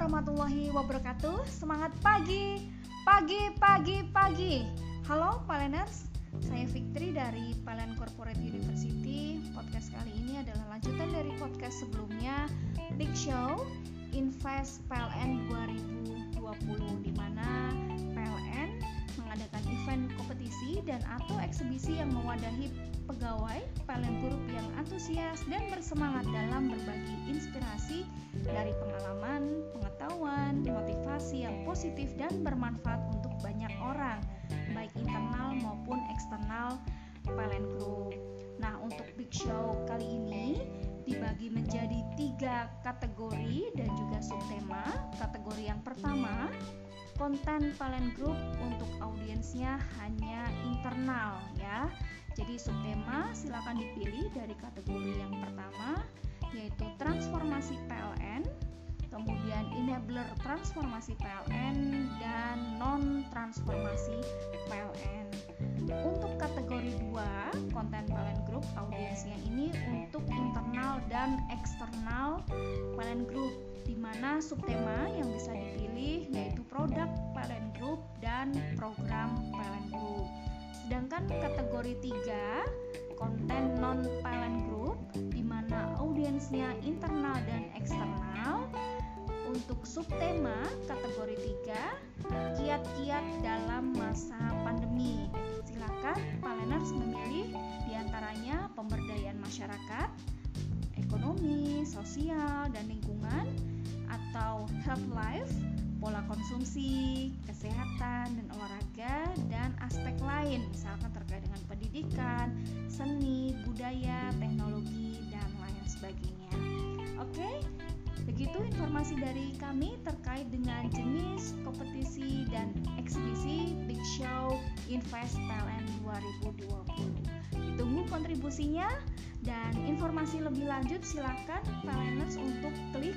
warahmatullahi wabarakatuh. Semangat pagi, pagi. Halo Paleners, saya Fitri dari Palen Corporate University. Podcast kali ini adalah lanjutan dari podcast sebelumnya, Big Show Invest PLN 2020, di mana PLN mengadakan event kompetisi dan atau eksibisi yang mewadahi pegawai PLN Group yang antusias dan bersemangat dalam berbagi inspirasi dari pengalaman, pengetahuan, motivasi yang positif dan bermanfaat untuk banyak orang, baik internal maupun eksternal PLN Group. Nah, untuk Big Show kali ini dibagi menjadi 3 kategori dan juga subtema. Kategori yang pertama, konten PLN Group untuk audiensnya hanya internal ya. Jadi subtema silakan dipilih dari kategori yang pertama, yaitu transformasi PLN, kemudian enabler transformasi PLN, dan non transformasi PLN. Untuk kategori 2, konten PLN Group audiensnya ini untuk internal dan eksternal PLN Group, di mana subtema yang bisa dipilih yaitu produk PLN Group dan program PLN Group. Sedangkan kategori 3, konten non PLN Group, di mana audiensnya internal dan eksternal. Untuk subtema kategori 3, kiat-kiat dalam masa pandemi. Silakan Paleners memilih diantaranya pemberdayaan masyarakat, ekonomi, sosial, dan lingkungan, atau health life, pola konsumsi, kesehatan dan olahraga, dan aspek lain misalkan terkait dengan pendidikan, seni, budaya, teknologi, dan lain sebagainya. Oke, begitu informasi dari kami terkait dengan jenis kompetisi dan eksibisi Big Show Invest PLN 2020. Ditunggu kontribusinya, dan informasi lebih lanjut silakan Paleners untuk klik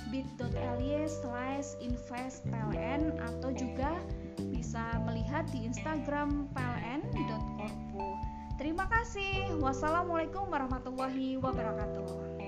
bit.ly/investpln atau juga bisa melihat di Instagram pln.corpo. Terima kasih. Wassalamualaikum warahmatullahi wabarakatuh.